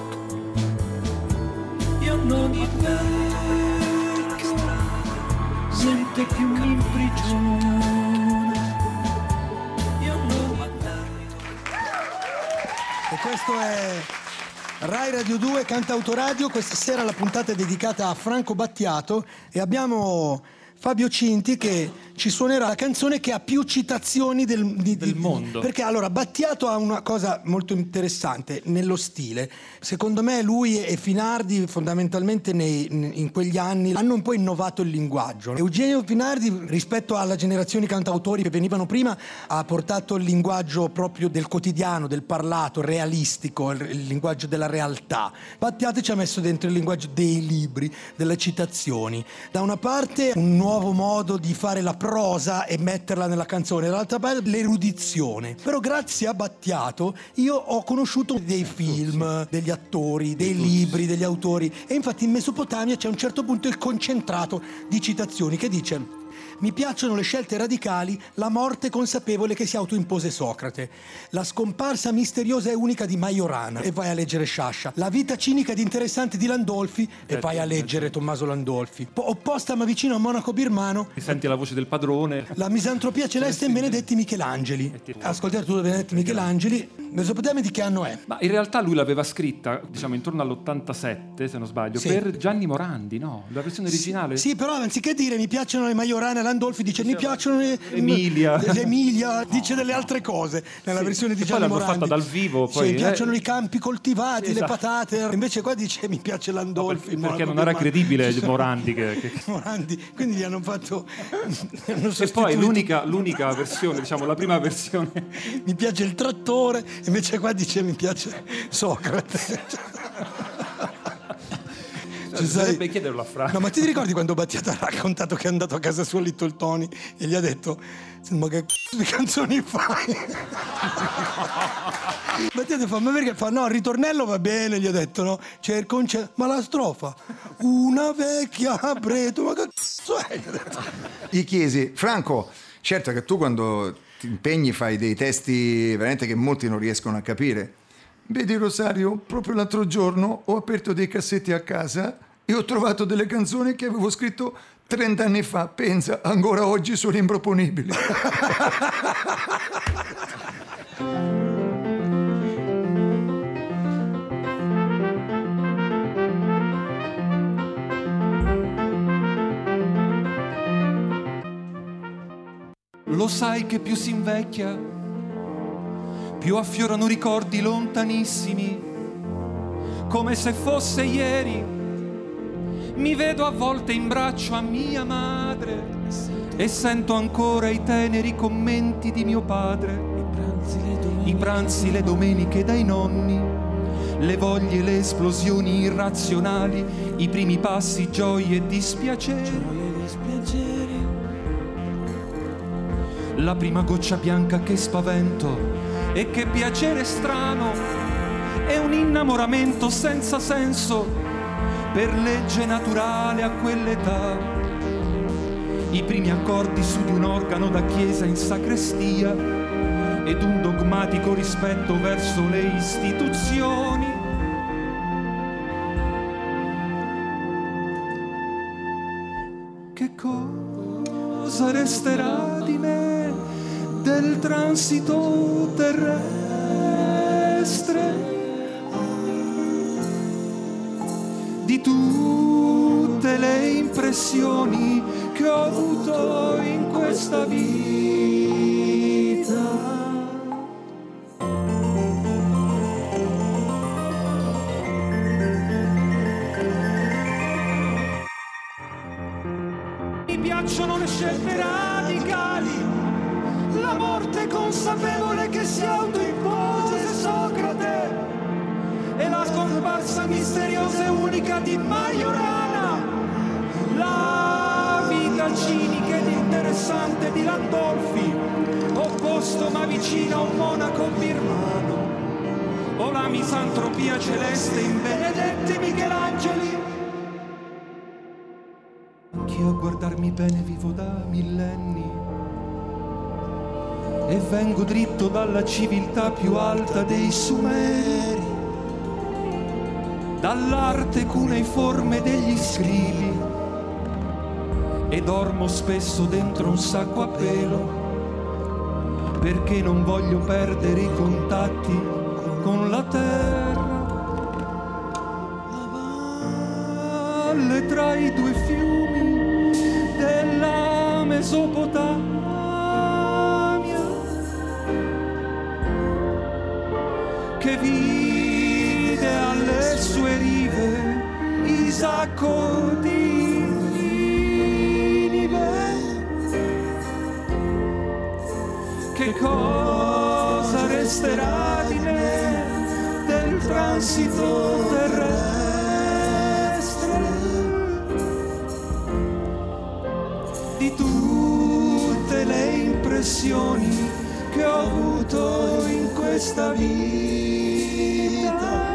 Io non guardo la strada, niente più mi imprigiona. Io non guardarmi dove... E questo è Rai Radio due, Cantautoradio. Questa sera la puntata è dedicata a Franco Battiato e abbiamo Fabio Cinti che ci suonerà la canzone che ha più citazioni del, di, del di, mondo. Perché allora Battiato ha una cosa molto interessante nello stile. Secondo me lui e Finardi fondamentalmente nei, in quegli anni hanno un po' innovato il linguaggio. Eugenio Finardi rispetto alla generazione di cantautori che venivano prima ha portato il linguaggio proprio del quotidiano, del parlato, realistico, il, il linguaggio della realtà. Battiato ci ha messo dentro il linguaggio dei libri, delle citazioni. Da una parte un nuovo modo di fare la prosa e metterla nella canzone, dall'altra parte l'erudizione. Però grazie a Battiato io ho conosciuto dei film, degli attori, dei libri, degli autori, e infatti in Mesopotamia c'è a un certo punto il concentrato di citazioni che dice: mi piacciono le scelte radicali, la morte consapevole che si autoimpose Socrate, la scomparsa misteriosa e unica di Majorana, e vai a leggere Sciascia, la vita cinica ed interessante di Landolfi, e vai a leggere Tommaso Landolfi, Po- opposta ma vicino a Monaco Birmano, Senti la voce del padrone. la misantropia celeste in Benedetti Michelangeli. Ascoltate tutto Benedetti Michelangeli. Mesopotamia di che anno è? Ma in realtà lui l'aveva scritta, diciamo, intorno all'ottantasette, se non sbaglio, Sì. per Gianni Morandi, no? La versione originale. Sì, però anziché dire mi piacciono le Majorane, Landolfi dice mi piacciono le Emilia. Emilia, dice delle altre cose nella Sì. versione di E poi Gianni l'hanno Morandi. fatta dal vivo, poi, Sì, mi piacciono eh. i campi coltivati, Sì, le esatto. patate. Invece qua dice mi piace Landolfi. Perché Monaco non era Birmano. credibile Morandi che, che... Morandi, quindi gli hanno fatto gli hanno E poi sostituito. l'unica, l'unica versione, diciamo la prima versione, Mi piace il trattore, invece qua dice mi piace Socrate. Ci sai- bisognerebbe chiederlo a Franco. No, ma ti ricordi quando Battiato ha raccontato che è andato a casa sua Little Tony e gli ha detto: ma che c***o di canzoni fai? Battiato fa: ma perché? Fa: no, il ritornello va bene, gli ha detto, no? C'è il concerto, ma la strofa, una vecchia Breto, ma che cazzo è? Gli chiesi: Franco, certo che tu quando ti impegni fai dei testi veramente che molti non riescono a capire. Vedi Rosario, proprio l'altro giorno ho aperto dei cassetti a casa e ho trovato delle canzoni che avevo scritto trenta anni fa. Pensa, ancora oggi sono improponibili. Lo sai che più si invecchia, più affiorano ricordi lontanissimi, come se fosse ieri. Mi vedo a volte in braccio a mia madre e sento ancora i teneri commenti di mio padre. I pranzi, le domeniche dai nonni, le voglie, le esplosioni irrazionali, i primi passi, gioie e dispiaceri. La prima goccia bianca che spavento e che piacere strano, è un innamoramento senza senso per legge naturale a quell'età. I primi accordi su di un organo da chiesa in sacrestia ed un dogmatico rispetto verso le istituzioni. Che cosa resterà di me, del transito terrestre, di tutte le impressioni che ho avuto in questa vita? Mi piacciono le scelte radicali, la morte consapevole che si autoimpose Socrate e la scomparsa misteriosa e unica di Majorana, la vita cinica ed interessante di Landolfi, opposto ma vicino a un monaco birmano, o la misantropia celeste in Benedetti Michelangeli. Anch'io a guardarmi bene vivo da millenni e vengo dritto dalla civiltà più alta dei Sumeri, dall'arte cuneiforme degli scribi, e dormo spesso dentro un sacco a pelo perché non voglio perdere i contatti con la terra. La valle tra i due fiumi della Mesopotamia che vide alle sue rive Isacco di Ninive. Che cosa resterà di me, del transito terrestre, di tutte le impressioni che ho avuto in questa vita?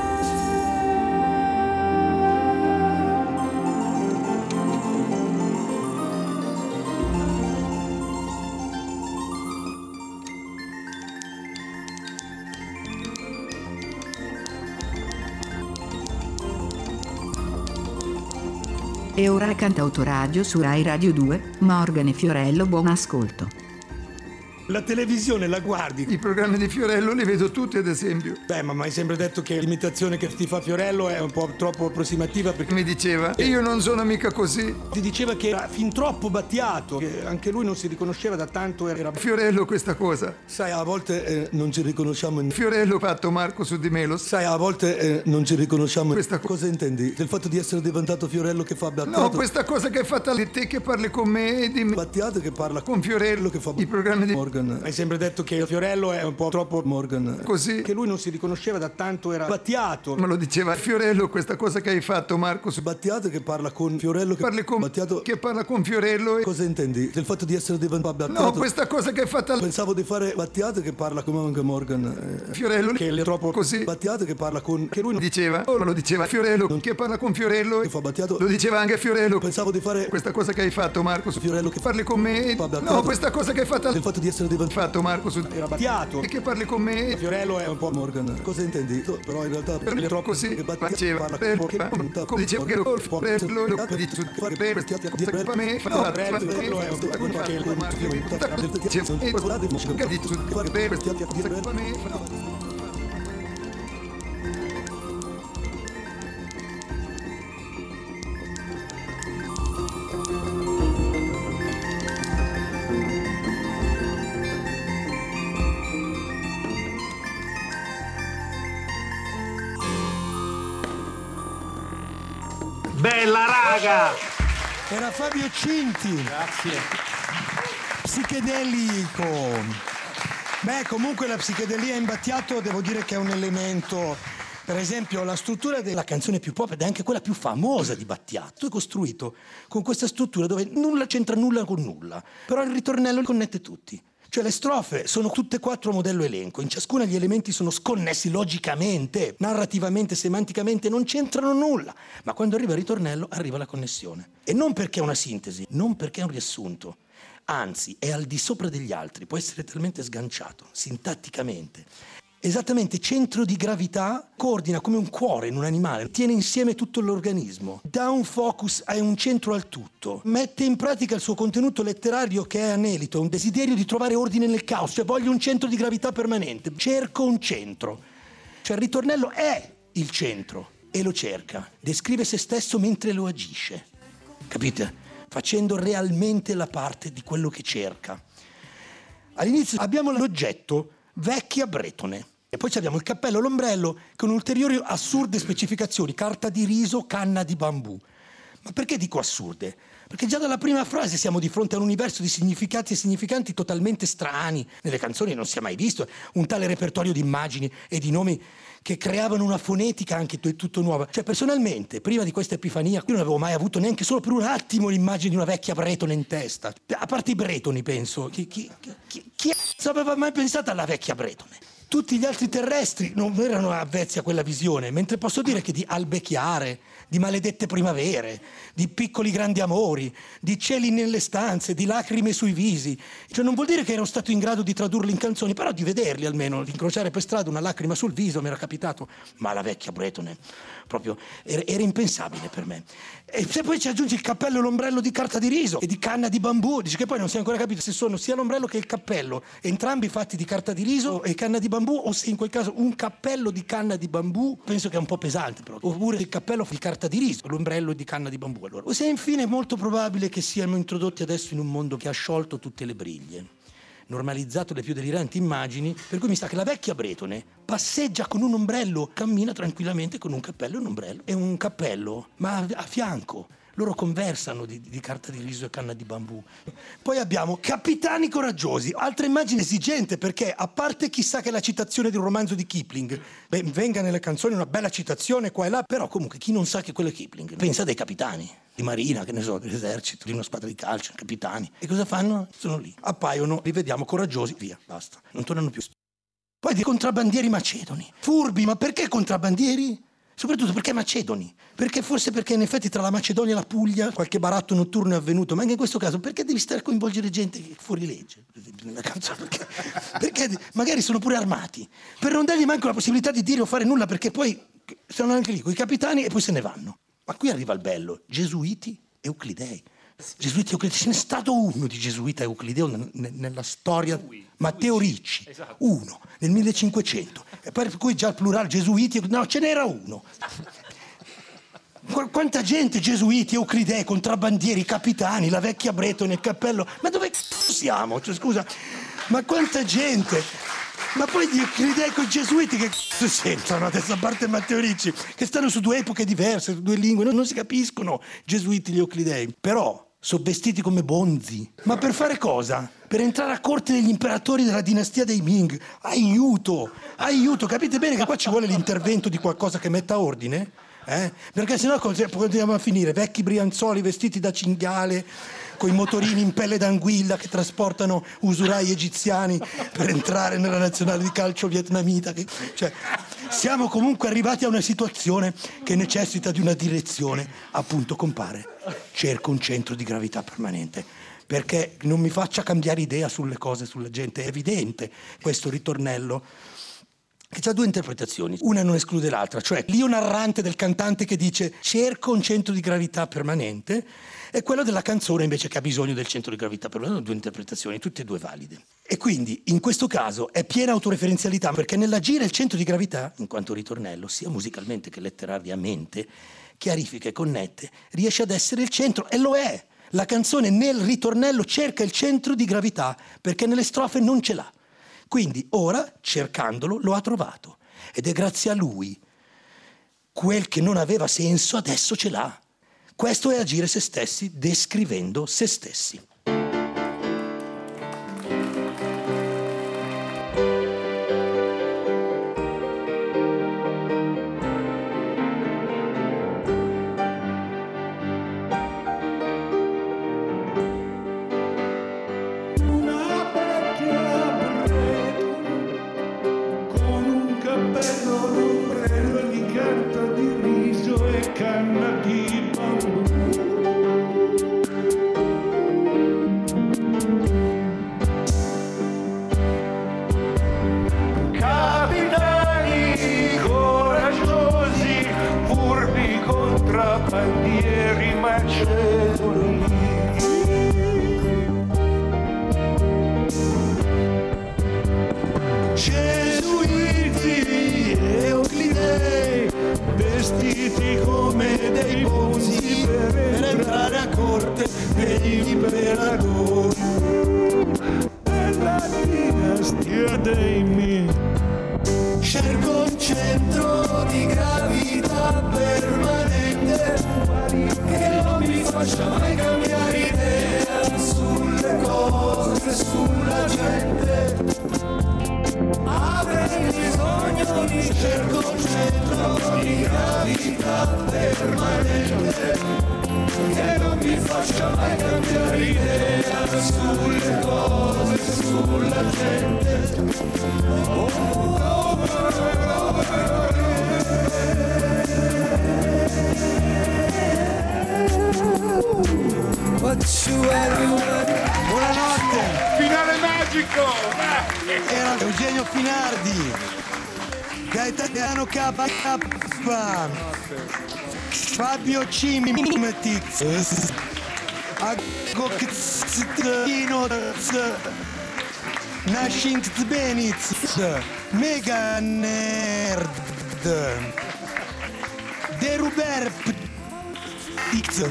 E ora Cantautoradio su Rai Radio due, Morgan e Fiorello, buon ascolto. La televisione la guardi. I programmi di Fiorello li vedo tutti, ad esempio. Beh, ma mi hai sempre detto che l'imitazione che ti fa Fiorello è un po' troppo approssimativa, perché mi diceva, e io non sono mica così. Ti diceva che era fin troppo Battiato, che anche lui non si riconosceva da tanto. Era Fiorello questa cosa. Sai, a volte eh, non ci riconosciamo in... Fiorello fatto Marco su di Melos. Sai, a volte eh, non ci riconosciamo in... Questa cosa intendi? Del fatto di essere diventato Fiorello che fa Battiato? No, questa cosa che hai fatto di te che parli con me e di me. Battiato che parla con Fiorello che fa i programmi di Morgan. Hai sempre detto che Fiorello è un po' troppo Morgan. Così? Che lui non si riconosceva da tanto, era Battiato. Me lo diceva Fiorello questa cosa che hai fatto, Marco su Battiato che parla con Fiorello che parli con Battiato che parla con Fiorello e... Cosa intendi? Del fatto di essere diventato Battiato? No, questa cosa che hai fatto al... Pensavo di fare Battiato che parla come anche Morgan. Eh, Fiorello che è troppo così. Battiato che parla con che lui non... diceva, oh, me lo diceva Fiorello che parla con Fiorello che fa Battiato. Lo diceva anche Fiorello. Pensavo di fare questa cosa che hai fatto, Marco su Fiorello che parli con me e... No, questa cosa che hai fatto al... del fatto di essere diventato Marco su era Battiato. E che parli con me? Fiorello è un po' Morgan. Cosa intendi? Però in realtà per è troppo così che diceva parla come diceva che lo Fiorello lo dice per per me fa Fiorello è un po' che il Bella raga! Era Fabio Cinti. Grazie. Psichedelico. Beh, comunque la psichedelia in Battiato devo dire che è un elemento. Per esempio, la struttura della canzone più pop ed è anche quella più famosa di Battiato è costruito con questa struttura dove nulla c'entra nulla con nulla, però il ritornello connette tutti. Cioè le strofe sono tutte e quattro a modello elenco, in ciascuna gli elementi sono sconnessi logicamente, narrativamente, semanticamente, non c'entrano nulla, ma quando arriva il ritornello arriva la connessione. E non perché è una sintesi, non perché è un riassunto, anzi è al di sopra degli altri, può essere talmente sganciato, sintatticamente. Esattamente, centro di gravità, coordina come un cuore in un animale, tiene insieme tutto l'organismo, dà un focus a un centro al tutto, mette in pratica il suo contenuto letterario che è anelito, un desiderio di trovare ordine nel caos, cioè voglio un centro di gravità permanente, cerco un centro. Cioè il ritornello è il centro e lo cerca, descrive se stesso mentre lo agisce, capite? Facendo realmente la parte di quello che cerca. All'inizio abbiamo l'oggetto vecchia bretone. E poi abbiamo il cappello, l'ombrello, con ulteriori assurde specificazioni, carta di riso, canna di bambù. Ma perché dico assurde? Perché già dalla prima frase siamo di fronte a un universo di significati e significanti totalmente strani. Nelle canzoni non si è mai visto un tale repertorio di immagini e di nomi che creavano una fonetica anche tutto nuova. Cioè, personalmente, prima di questa epifania, io non avevo mai avuto neanche solo per un attimo l'immagine di una vecchia bretone in testa. A parte i bretoni, penso. Chi, chi, chi, chi aveva mai pensato alla vecchia bretone? Tutti gli altri terrestri non erano avvezzi a quella visione, mentre posso dire che di albecchiare, di maledette primavere, di piccoli grandi amori, di cieli nelle stanze, di lacrime sui visi. Cioè non vuol dire che ero stato in grado di tradurli in canzoni, però di vederli almeno, di incrociare per strada una lacrima sul viso mi era capitato. Ma la vecchia bretone, proprio, era, era impensabile per me. E se poi ci aggiungi il cappello e l'ombrello di carta di riso e di canna di bambù, dici che poi non si è ancora capito se sono sia l'ombrello che il cappello, entrambi fatti di carta di riso e canna di bambù, o se in quel caso un cappello di canna di bambù, penso che è un po' pesante però, oppure il cappello di carta di riso, l'ombrello di canna di bambù. Allora, o se infine è molto probabile che siamo introdotti adesso in un mondo che ha sciolto tutte le briglie, normalizzato le più deliranti immagini, per cui mi sa che la vecchia bretone passeggia con un ombrello, cammina tranquillamente con un cappello e un ombrello e un cappello, ma a fianco. Loro conversano di, di carta di riso e canna di bambù. Poi abbiamo capitani coraggiosi, altra immagine esigente, perché a parte chissà che la citazione di un romanzo di Kipling, beh, venga nelle canzoni una bella citazione qua e là, però comunque chi non sa che quello è Kipling pensa dei capitani di marina, che ne so, dell'esercito, di una squadra di calcio, capitani. E cosa fanno? Sono lì, appaiono, li vediamo coraggiosi, via, basta, non tornano più. Poi di contrabbandieri macedoni, furbi, ma perché contrabbandieri? Soprattutto perché macedoni? Perché forse perché in effetti tra la Macedonia e la Puglia qualche baratto notturno è avvenuto, ma anche in questo caso perché devi stare a coinvolgere gente che fuori legge? Nella canzone, perché, perché magari sono pure armati, per non dargli manco la possibilità di dire o fare nulla, perché poi sono anche lì con i capitani e poi se ne vanno. Ma qui arriva il bello, gesuiti e euclidei. Gesuiti e euclidei, ce n'è stato uno di gesuita e euclideo n- n- nella storia, Matteo Ricci, uno, nel millecinquecento, e poi per cui già il plurale gesuiti, no, ce n'era uno. Qu- quanta gente, gesuiti, euclidei, contrabbandieri, capitani, la vecchia bretone, il cappello, ma dove c***o siamo? Cioè, scusa, ma quanta gente? Ma poi gli euclidei con i gesuiti che c***o c'entrano adesso, a parte Matteo Ricci, che stanno su due epoche diverse, su due lingue, non, non si capiscono gesuiti e gli euclidei, però sono vestiti come bonzi. Ma per fare cosa? Per entrare a corte degli imperatori della dinastia dei Ming. Aiuto, aiuto, capite bene che qua ci vuole l'intervento di qualcosa che metta ordine? Eh? Perché sennò continuiamo a finire vecchi brianzoli vestiti da cinghiale, con i motorini in pelle d'anguilla che trasportano usurai egiziani per entrare nella nazionale di calcio vietnamita. Che, cioè, siamo comunque arrivati a una situazione che necessita di una direzione. Appunto, compare, cerco un centro di gravità permanente, perché non mi faccia cambiare idea sulle cose, sulla gente. È evidente questo ritornello che ha due interpretazioni, una non esclude l'altra, cioè l'io narrante del cantante che dice cerco un centro di gravità permanente e quello della canzone invece che ha bisogno del centro di gravità permanente. Sono due interpretazioni, tutte e due valide. E quindi in questo caso è piena autoreferenzialità, perché nell'agire il centro di gravità, in quanto ritornello, sia musicalmente che letterariamente, chiarifica e connette, riesce ad essere il centro, e lo è. La canzone nel ritornello cerca il centro di gravità, perché nelle strofe non ce l'ha. Quindi ora, cercandolo, lo ha trovato. Ed è grazie a lui. Quel che non aveva senso adesso ce l'ha. Questo è agire se stessi, descrivendo se stessi. Bandieri macedoni, gesuiti e euclidei, vestiti come dei bonzi per entrare a corte degli imperatori della dinastia dei Mi. Cerco un centro di gravità permanente che non mi faccia mai cambiare idea sulle cose, sulla gente. Avrei bisogno di cerco un centro di gravità permanente che non mi faccia mai cambiare idea sulle cose, sulla gente. Oh, oh, oh. Buonanotte. Finale magico. Era Eugenio Finardi, Gaetano K K, Fabio Cimetiz, Agokzino Nashin Zbeniz, Mega Nerd, Deruber X,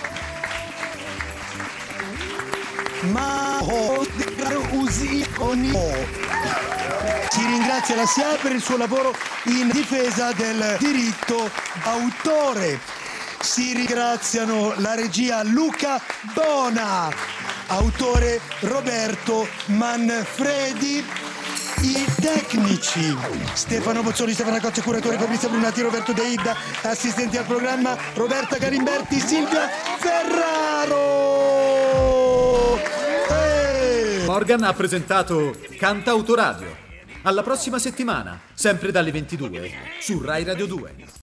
Maho Usi Onio. Si ringrazia la S I A per il suo lavoro in difesa del diritto d'autore. Si ringraziano la regia Luca Bona, autore Roberto Manfredi, i tecnici Stefano Bozzoni, Stefano Cozzi, curatore Fabrizio Brunati, Roberto De Ida, assistenti al programma Roberta Garimberti, Silvia Ferraro. Hey! Morgan ha presentato Cantautoradio. Alla prossima settimana, sempre dalle ventidue, su Rai Radio due.